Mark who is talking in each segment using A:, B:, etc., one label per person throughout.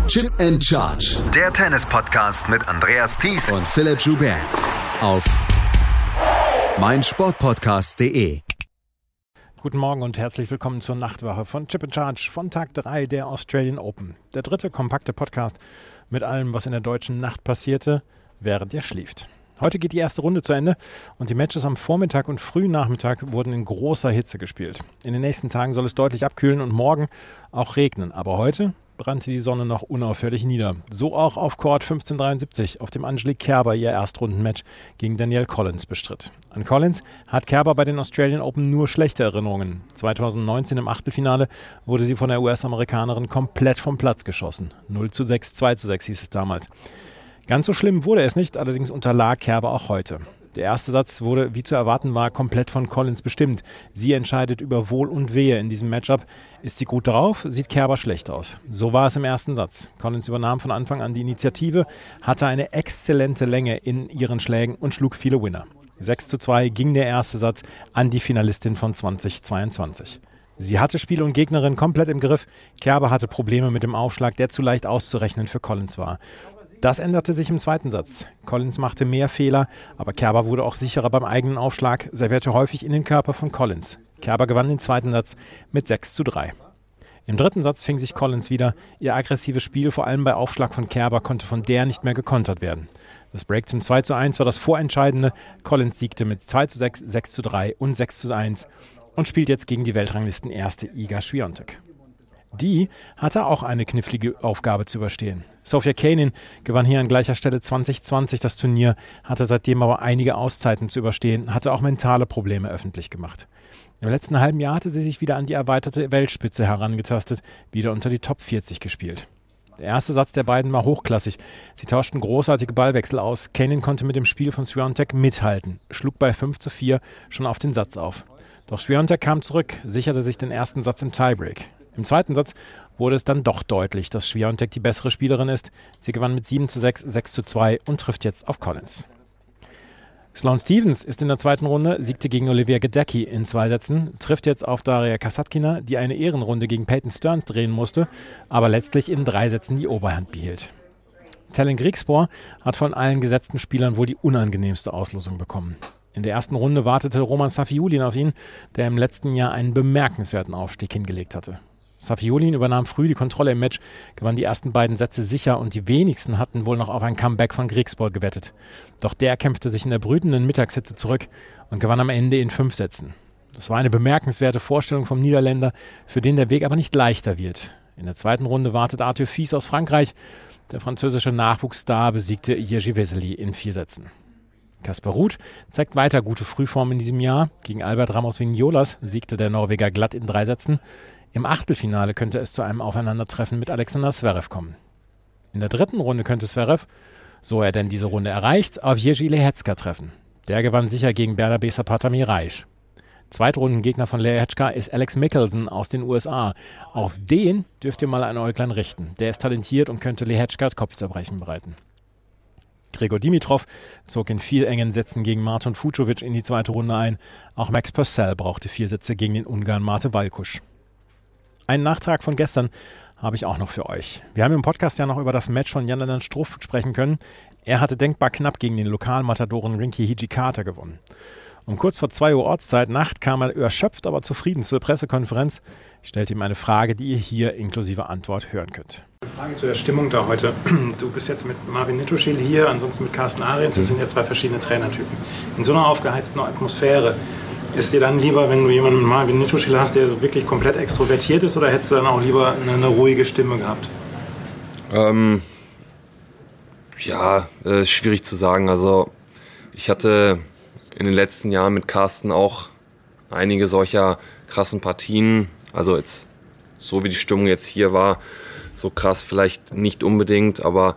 A: Chip and Charge.
B: Der Tennis-Podcast mit Andreas Thies
A: und Philipp Joubert. Auf meinsportpodcast.de.
C: Guten Morgen und herzlich willkommen zur Nachtwache von Chip and Charge von Tag 3 der Australian Open. Der dritte kompakte Podcast mit allem, was in der deutschen Nacht passierte, während ihr schläft. Heute geht die erste Runde zu Ende und die Matches am Vormittag und frühen Nachmittag wurden in großer Hitze gespielt. In den nächsten Tagen soll es deutlich abkühlen und morgen auch regnen. Aber heute brannte die Sonne noch unaufhörlich nieder. So auch auf Court 1573, auf dem Angelique Kerber ihr Erstrundenmatch gegen Danielle Collins bestritt. An Collins hat Kerber bei den Australian Open nur schlechte Erinnerungen. 2019 im Achtelfinale wurde sie von der US-Amerikanerin komplett vom Platz geschossen. 0:6, 2:6 hieß es damals. Ganz so schlimm wurde es nicht, allerdings unterlag Kerber auch heute. Der erste Satz wurde, wie zu erwarten war, komplett von Collins bestimmt. Sie entscheidet über Wohl und Wehe in diesem Matchup. Ist sie gut drauf, sieht Kerber schlecht aus. So war es im ersten Satz. Collins übernahm von Anfang an die Initiative, hatte eine exzellente Länge in ihren Schlägen und schlug viele Winner. 6:2 ging der erste Satz an die Finalistin von 2022. Sie hatte Spiel und Gegnerin komplett im Griff. Kerber hatte Probleme mit dem Aufschlag, der zu leicht auszurechnen für Collins war. Das änderte sich im zweiten Satz. Collins machte mehr Fehler, aber Kerber wurde auch sicherer beim eigenen Aufschlag, servierte häufig in den Körper von Collins. Kerber gewann den zweiten Satz mit 6:3. Im dritten Satz fing sich Collins wieder. Ihr aggressives Spiel, vor allem bei Aufschlag von Kerber, konnte von der nicht mehr gekontert werden. Das Break zum 2:1 war das Vorentscheidende. Collins siegte mit 2:6, 6:3 und 6:1 und spielt jetzt gegen die Weltranglisten-Erste Iga Swiatek. Die hatte auch eine knifflige Aufgabe zu überstehen. Sofia Kenin gewann hier an gleicher Stelle 2020 das Turnier, hatte seitdem aber einige Auszeiten zu überstehen, hatte auch mentale Probleme öffentlich gemacht. Im letzten halben Jahr hatte sie sich wieder an die erweiterte Weltspitze herangetastet, wieder unter die Top 40 gespielt. Der erste Satz der beiden war hochklassig. Sie tauschten großartige Ballwechsel aus. Kenin konnte mit dem Spiel von Swiatek mithalten, schlug bei 5:4 schon auf den Satz auf. Doch Swiatek kam zurück, sicherte sich den ersten Satz im Tiebreak. Im zweiten Satz wurde es dann doch deutlich, dass Swiatek die bessere Spielerin ist. Sie gewann mit 7:6, 6:2 und trifft jetzt auf Collins. Sloane Stephens ist in der zweiten Runde, siegte gegen Olivia Gadecki in 2 Sätzen, trifft jetzt auf Daria Kasatkina, die eine Ehrenrunde gegen Peyton Stearns drehen musste, aber letztlich in 3 Sätzen die Oberhand behielt. Tallon Griekspoor hat von allen gesetzten Spielern wohl die unangenehmste Auslosung bekommen. In der ersten Runde wartete Roman Safiullin auf ihn, der im letzten Jahr einen bemerkenswerten Aufstieg hingelegt hatte. Safiullin übernahm früh die Kontrolle im Match, gewann die ersten beiden Sätze sicher und die wenigsten hatten wohl noch auf ein Comeback von Griekspoor gewettet. Doch der kämpfte sich in der brütenden Mittagshitze zurück und gewann am Ende in 5 Sätzen. Das war eine bemerkenswerte Vorstellung vom Niederländer, für den der Weg aber nicht leichter wird. In der zweiten Runde wartet Arthur Fils aus Frankreich. Der französische Nachwuchsstar besiegte Jerzy Vesely in 4 Sätzen. Casper Ruud zeigt weiter gute Frühform in diesem Jahr. Gegen Albert Ramos Vignolas siegte der Norweger glatt in 3 Sätzen. Im Achtelfinale könnte es zu einem Aufeinandertreffen mit Alexander Zverev kommen. In der dritten Runde könnte Zverev, so er denn diese Runde erreicht, auf Jerzy Lehecka treffen. Der gewann sicher gegen Bernabe Zapata Miraj. Zweitrundengegner von Lehecka ist Alex Mickelson aus den USA. Auf den dürft ihr mal ein Äuglein richten. Der ist talentiert und könnte Leheckas Kopfzerbrechen bereiten. Grigor Dimitrov zog in 4 engen Sätzen gegen Marton Fucsovics in die zweite Runde ein. Auch Max Purcell brauchte 4 Sätze gegen den Ungarn Mate Valkusch. Einen Nachtrag von gestern habe ich auch noch für euch. Wir haben im Podcast ja noch über das Match von Jan-Lennart Struff sprechen können. Er hatte denkbar knapp gegen den Lokalmatadoren Rinky Hijikata gewonnen. Um kurz vor 2 Uhr Ortszeit Nacht kam er erschöpft, aber zufrieden zur Pressekonferenz. Ich stellte ihm eine Frage, die ihr hier inklusive Antwort hören könnt.
D: Frage zu der Stimmung da heute. Du bist jetzt mit Marvin Nitouschil hier, ansonsten mit Carsten Ahrens. Das sind ja 2 verschiedene Trainertypen. In so einer aufgeheizten Atmosphäre, ist dir dann lieber, wenn du jemanden mit Marvin Nitouschil hast, der so wirklich komplett extrovertiert ist, oder hättest du dann auch lieber eine ruhige Stimme gehabt?
E: Schwierig zu sagen. Also ich hatte in den letzten Jahren mit Carsten auch einige solcher krassen Partien. Also jetzt, so wie die Stimmung jetzt hier war, so krass vielleicht nicht unbedingt, aber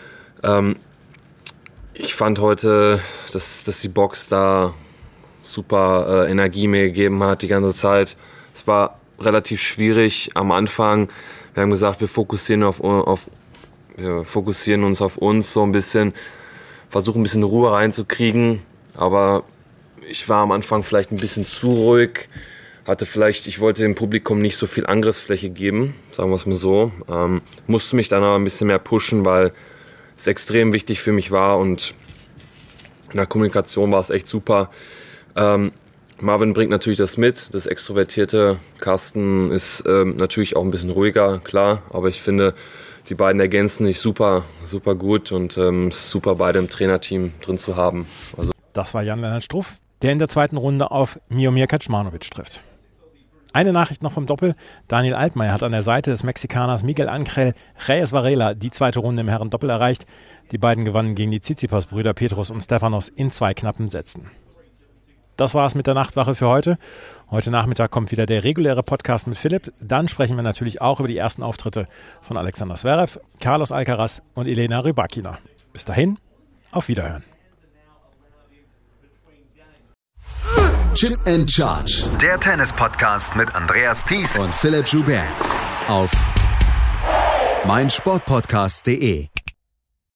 E: ich fand heute, dass die Box da super Energie mir gegeben hat die ganze Zeit. Es war relativ schwierig am Anfang. Wir haben gesagt, wir fokussieren uns auf uns so ein bisschen, versuchen ein bisschen Ruhe reinzukriegen, aber ich war am Anfang vielleicht ein bisschen zu ruhig, ich wollte dem Publikum nicht so viel Angriffsfläche geben, sagen wir es mal so. Musste mich dann aber ein bisschen mehr pushen, weil es extrem wichtig für mich war und in der Kommunikation war es echt super. Marvin bringt natürlich das mit, das Extrovertierte. Carsten ist natürlich auch ein bisschen ruhiger, klar, aber ich finde, die beiden ergänzen sich super, super gut und es ist super, beide im Trainerteam drin zu haben. Also
C: das war Jan-Lennart Struff, der in der zweiten Runde auf Miomir Kecmanovic trifft. Eine Nachricht noch vom Doppel. Daniel Altmaier hat an der Seite des Mexikaners Miguel Ángel Reyes Varela die zweite Runde im Herrendoppel erreicht. Die beiden gewannen gegen die Tsitsipas-Brüder Petros und Stefanos in 2 knappen Sätzen. Das war's mit der Nachtwache für heute. Heute Nachmittag kommt wieder der reguläre Podcast mit Philipp. Dann sprechen wir natürlich auch über die ersten Auftritte von Alexander Zverev, Carlos Alcaraz und Elena Rybakina. Bis dahin, auf Wiederhören.
A: Chip and Charge.
B: Der Tennis-Podcast mit Andreas Thies
A: Und Philipp Joubert. Auf meinsportpodcast.de.